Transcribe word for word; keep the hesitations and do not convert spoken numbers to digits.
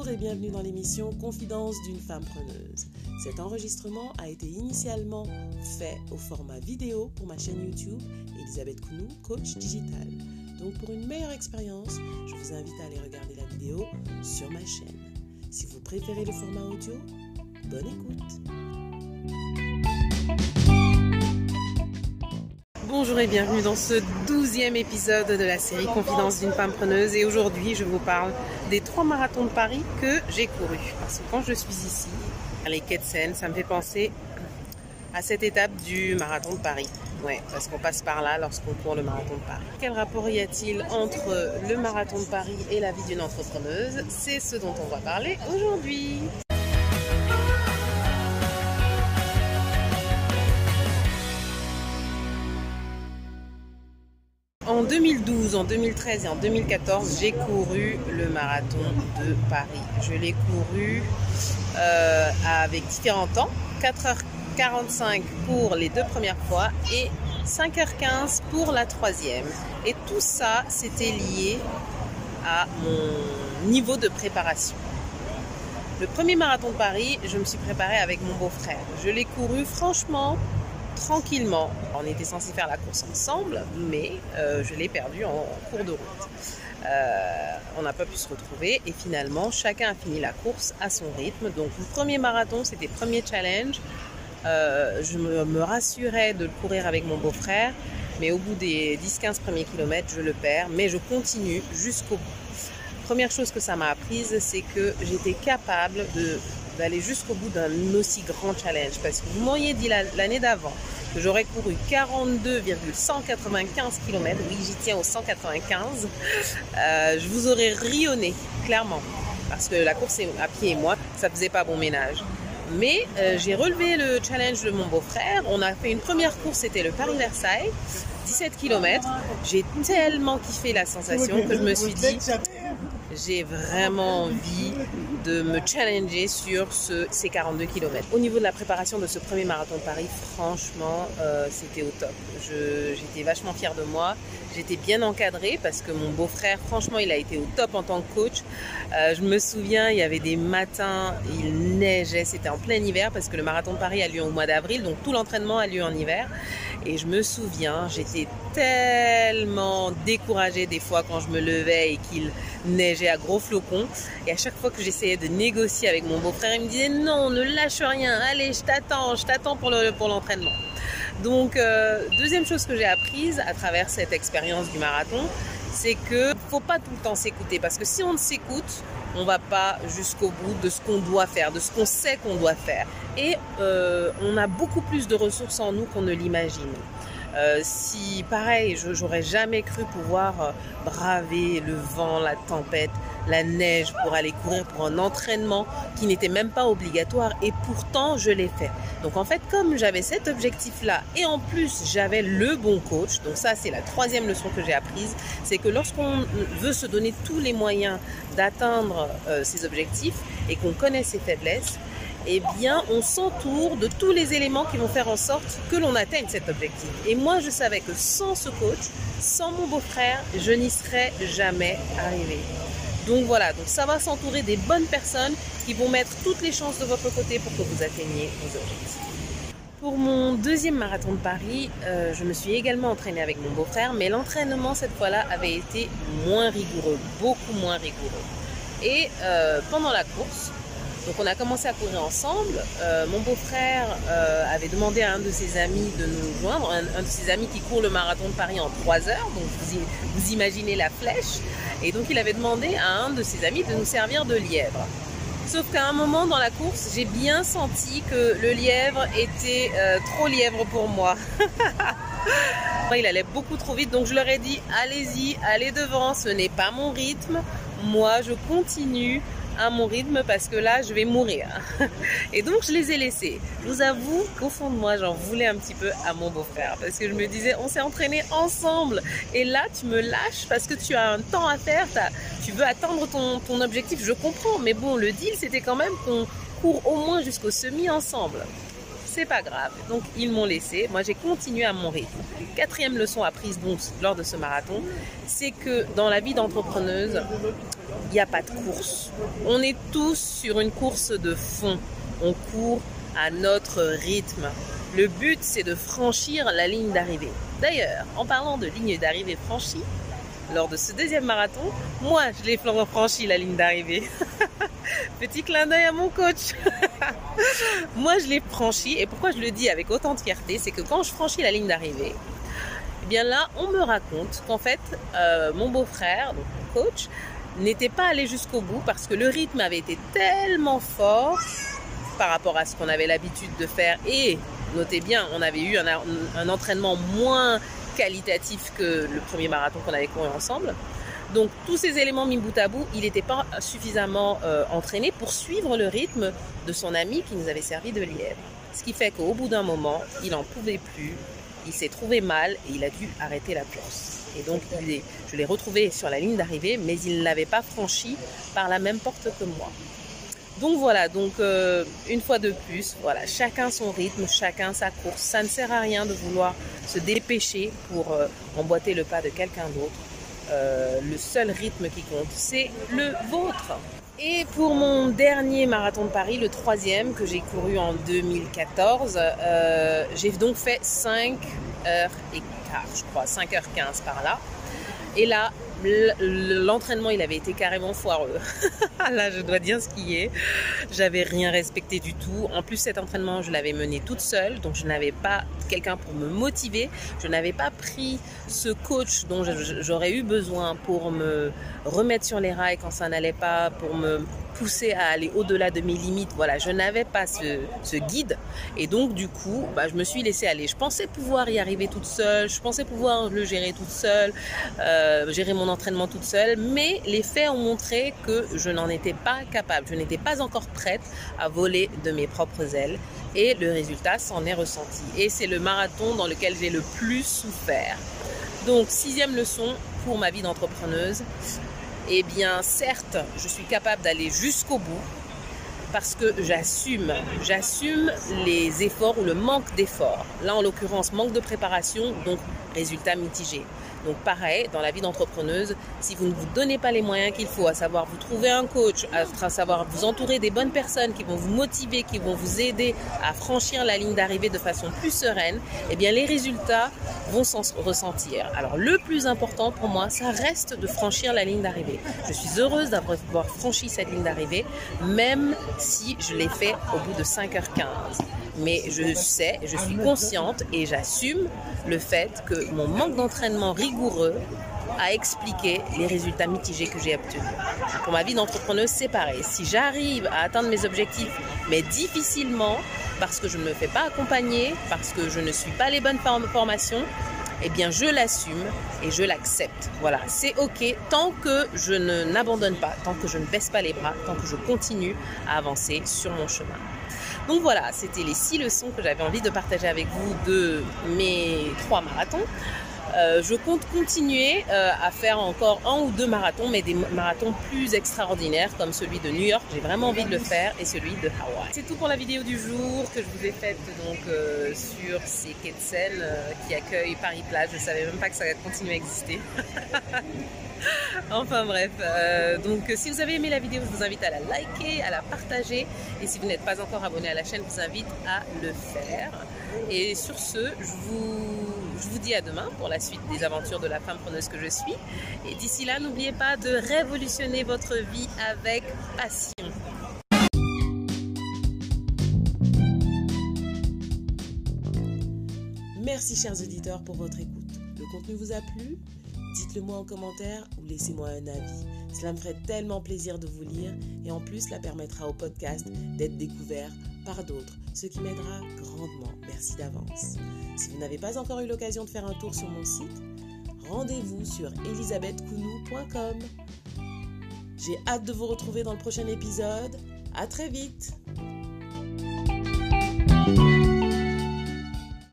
et bienvenue dans l'émission Confidence d'une femme preneuse. Cet enregistrement a été initialement fait au format vidéo pour ma chaîne YouTube Elisabeth Kounou, coach digital. Donc pour une meilleure expérience, je vous invite à aller regarder la vidéo sur ma chaîne. Si vous préférez le format audio, bonne écoute. Bonjour et bienvenue dans ce douzième épisode de la série Confidence d'une femme preneuse. Et aujourd'hui, je vous parle des trois marathons de Paris que j'ai courus. Parce que quand je suis ici, les quais de Seine, ça me fait penser à cette étape du marathon de Paris. Ouais, parce qu'on passe par là lorsqu'on court le marathon de Paris. Quel rapport y a-t-il entre le marathon de Paris et la vie d'une entrepreneuse? C'est ce dont on va parler aujourd'hui. En deux mille douze, en deux mille treize et en deux mille quatorze, j'ai couru le marathon de Paris. Je l'ai couru euh, avec différents temps, quatre heures quarante-cinq pour les deux premières fois et cinq heures quinze pour la troisième. Et tout ça, c'était lié à mon niveau de préparation. Le premier marathon de Paris, je me suis préparée avec mon beau-frère. Je l'ai couru franchement tranquillement. On était censé faire la course ensemble, mais euh, je l'ai perdu en cours de route. Euh, on n'a pas pu se retrouver et finalement, chacun a fini la course à son rythme. Donc, le premier marathon, c'était le premier challenge. Euh, je me, me rassurais de le courir avec mon beau-frère, mais au bout des dix quinze premiers kilomètres, je le perds, mais je continue jusqu'au bout. Première chose que ça m'a apprise, c'est que j'étais capable de d'aller jusqu'au bout d'un aussi grand challenge, parce que vous m'auriez dit l'année d'avant que j'aurais couru quarante-deux virgule cent quatre-vingt-quinze kilomètres, oui j'y tiens aux cent quatre-vingt-quinze, euh, je vous aurais rionné, clairement, parce que la course à pied et moi, ça faisait pas bon ménage. Mais euh, j'ai relevé le challenge de mon beau-frère, on a fait une première course, c'était le Paris-Versailles, dix-sept kilomètres, j'ai tellement kiffé la sensation que je me suis dit, j'ai vraiment envie de me challenger sur ce, ces quarante-deux kilomètres. Au niveau de la préparation de ce premier marathon de Paris, franchement, euh, c'était au top. Je, j'étais vachement fière de moi. J'étais bien encadrée parce que mon beau-frère, franchement, il a été au top en tant que coach. Euh, je me souviens, il y avait des matins, il neigeait, c'était en plein hiver parce que le marathon de Paris a lieu au mois d'avril, donc tout l'entraînement a lieu en hiver. Et je me souviens, j'étais tellement découragée des fois quand je me levais et qu'il neigeait à gros flocons. Et à chaque fois que j'essayais de négocier avec mon beau-frère, il me disait non, ne lâche rien, allez, je t'attends, je t'attends pour le, pour l'entraînement. Donc, euh, deuxième chose que j'ai apprise à travers cette expérience du marathon, c'est qu'il ne faut pas tout le temps s'écouter. Parce que si on ne s'écoute, on ne va pas jusqu'au bout de ce qu'on doit faire, de ce qu'on sait qu'on doit faire. Et euh, on a beaucoup plus de ressources en nous qu'on ne l'imagine. Euh, si, pareil, je j'aurais jamais cru pouvoir euh, braver le vent, la tempête, la neige pour aller courir pour un entraînement qui n'était même pas obligatoire et pourtant je l'ai fait. Donc en fait, comme j'avais cet objectif-là et en plus j'avais le bon coach, donc ça c'est la troisième leçon que j'ai apprise, c'est que lorsqu'on veut se donner tous les moyens d'atteindre euh, ses objectifs et qu'on connaît ses faiblesses, eh bien, on s'entoure de tous les éléments qui vont faire en sorte que l'on atteigne cet objectif. Et moi, je savais que sans ce coach, sans mon beau-frère, je n'y serais jamais arrivée. Donc voilà, donc ça va s'entourer des bonnes personnes qui vont mettre toutes les chances de votre côté pour que vous atteigniez vos objectifs. Pour mon deuxième marathon de Paris, euh, je me suis également entraînée avec mon beau-frère, mais l'entraînement cette fois-là avait été moins rigoureux, beaucoup moins rigoureux. Et euh, pendant la course, donc on a commencé à courir ensemble. Euh, mon beau-frère euh, avait demandé à un de ses amis de nous joindre, un, un de ses amis qui court le marathon de Paris en trois heures, donc vous, vous imaginez la flèche. Et donc il avait demandé à un de ses amis de nous servir de lièvre. Sauf qu'à un moment dans la course, j'ai bien senti que le lièvre était euh, trop lièvre pour moi. Il allait beaucoup trop vite, donc je leur ai dit allez-y, allez devant, ce n'est pas mon rythme. Moi, je continue à mon rythme parce que là je vais mourir. Et donc je les ai laissés. Je vous avoue qu'au fond de moi j'en voulais un petit peu à mon beau-frère parce que je me disais on s'est entraînés ensemble et là tu me lâches parce que tu as un temps à faire, tu veux atteindre ton, ton objectif, je comprends, mais bon, le deal c'était quand même qu'on court au moins jusqu'au semi ensemble. c'est pas grave. Donc ils m'ont laissé, moi j'ai continué à mon rythme. Quatrième leçon apprise donc lors de ce marathon, c'est que dans la vie d'entrepreneuse, il n'y a pas de course. On est tous sur une course de fond. On court à notre rythme. Le but, c'est de franchir la ligne d'arrivée. D'ailleurs, en parlant de ligne d'arrivée franchie, lors de ce deuxième marathon, moi, je l'ai franchi la ligne d'arrivée. Petit clin d'œil à mon coach. Moi, je l'ai franchi. Et pourquoi je le dis avec autant de fierté, c'est que quand je franchis la ligne d'arrivée, eh bien là, on me raconte qu'en fait, euh, mon beau-frère, donc mon coach, n'était pas allé jusqu'au bout parce que le rythme avait été tellement fort par rapport à ce qu'on avait l'habitude de faire. Et notez bien, on avait eu un, un entraînement moins qualitatif que le premier marathon qu'on avait couru ensemble. Donc tous ces éléments mis bout à bout, il n'était pas suffisamment euh, entraîné pour suivre le rythme de son ami qui nous avait servi de lièvre. Ce qui fait qu'au bout d'un moment, il n'en pouvait plus, il s'est trouvé mal et il a dû arrêter la course. Et donc il est, je l'ai retrouvé sur la ligne d'arrivée, mais il ne l'avait pas franchi par la même porte que moi. Donc voilà, donc euh, une fois de plus, voilà, chacun son rythme, chacun sa course. Ça ne sert à rien de vouloir se dépêcher pour euh, emboîter le pas de quelqu'un d'autre. Euh, le seul rythme qui compte, c'est le vôtre. Et pour mon dernier marathon de Paris, le troisième que j'ai couru en deux mille quatorze, euh, j'ai donc fait cinq heures quinze, je crois, cinq heures quinze par là. Et là, l'entraînement, il avait été carrément foireux. Là, je dois dire ce qui est. J'avais rien respecté du tout. En plus, cet entraînement, je l'avais mené toute seule. Donc, je n'avais pas quelqu'un pour me motiver. Je n'avais pas pris ce coach dont j'aurais eu besoin pour me remettre sur les rails quand ça n'allait pas, pour me pousser à aller au-delà de mes limites. Voilà, je n'avais pas ce, ce guide. Et donc, du coup, bah, je me suis laissée aller. Je pensais pouvoir y arriver toute seule. Je pensais pouvoir le gérer toute seule, euh, gérer mon entraînement toute seule. Mais les faits ont montré que je n'en étais pas capable. Je n'étais pas encore prête à voler de mes propres ailes. Et le résultat s'en est ressenti. Et c'est le marathon dans lequel j'ai le plus souffert. Donc, sixième leçon pour ma vie d'entrepreneuse. Eh bien, certes, je suis capable d'aller jusqu'au bout parce que j'assume, j'assume les efforts ou le manque d'efforts. Là, en l'occurrence, manque de préparation, donc résultat mitigé. Donc pareil, dans la vie d'entrepreneuse, si vous ne vous donnez pas les moyens qu'il faut, à savoir vous trouver un coach, à savoir vous entourer des bonnes personnes qui vont vous motiver, qui vont vous aider à franchir la ligne d'arrivée de façon plus sereine, eh bien les résultats vont s'en ressentir. Alors le plus important pour moi, ça reste de franchir la ligne d'arrivée. Je suis heureuse d'avoir franchi cette ligne d'arrivée, même si je l'ai fait au bout de cinq heures quinze. Mais je sais, je suis consciente et j'assume le fait que mon manque d'entraînement rigoureux a expliqué les résultats mitigés que j'ai obtenus. Pour ma vie d'entrepreneuse, c'est pareil. Si j'arrive à atteindre mes objectifs, mais difficilement, parce que je ne me fais pas accompagner, parce que je ne suis pas les bonnes formations, eh bien je l'assume et je l'accepte. Voilà, c'est ok tant que je ne n'abandonne pas, tant que je ne baisse pas les bras, tant que je continue à avancer sur mon chemin. Donc voilà, c'était les six leçons que j'avais envie de partager avec vous de mes trois marathons. Euh, je compte continuer euh, à faire encore un ou deux marathons, mais des marathons plus extraordinaires comme celui de New York, j'ai vraiment envie de le faire, et celui de Hawaï. C'est tout pour la vidéo du jour que je vous ai faite donc, euh, sur ces quais de Seine euh, qui accueillent Paris-Plage. Je ne savais même pas que ça allait continuer à exister. Enfin bref, euh, donc si vous avez aimé la vidéo, je vous invite à la liker, à la partager, et si vous n'êtes pas encore abonné à la chaîne, je vous invite à le faire. Et sur ce, je vous, je vous dis à demain pour la suite des aventures de la femme preneuse que je suis. Et d'ici là, n'oubliez pas de révolutionner votre vie avec passion. Merci chers auditeurs pour votre écoute. Le contenu vous a plu ? Dites-le moi en commentaire ou laissez-moi un avis. Cela me ferait tellement plaisir de vous lire et en plus, cela permettra au podcast d'être découvert par d'autres, ce qui m'aidera grandement. Merci d'avance. Si vous n'avez pas encore eu l'occasion de faire un tour sur mon site, rendez-vous sur elisabeth counou point com. J'ai hâte de vous retrouver dans le prochain épisode. À très vite!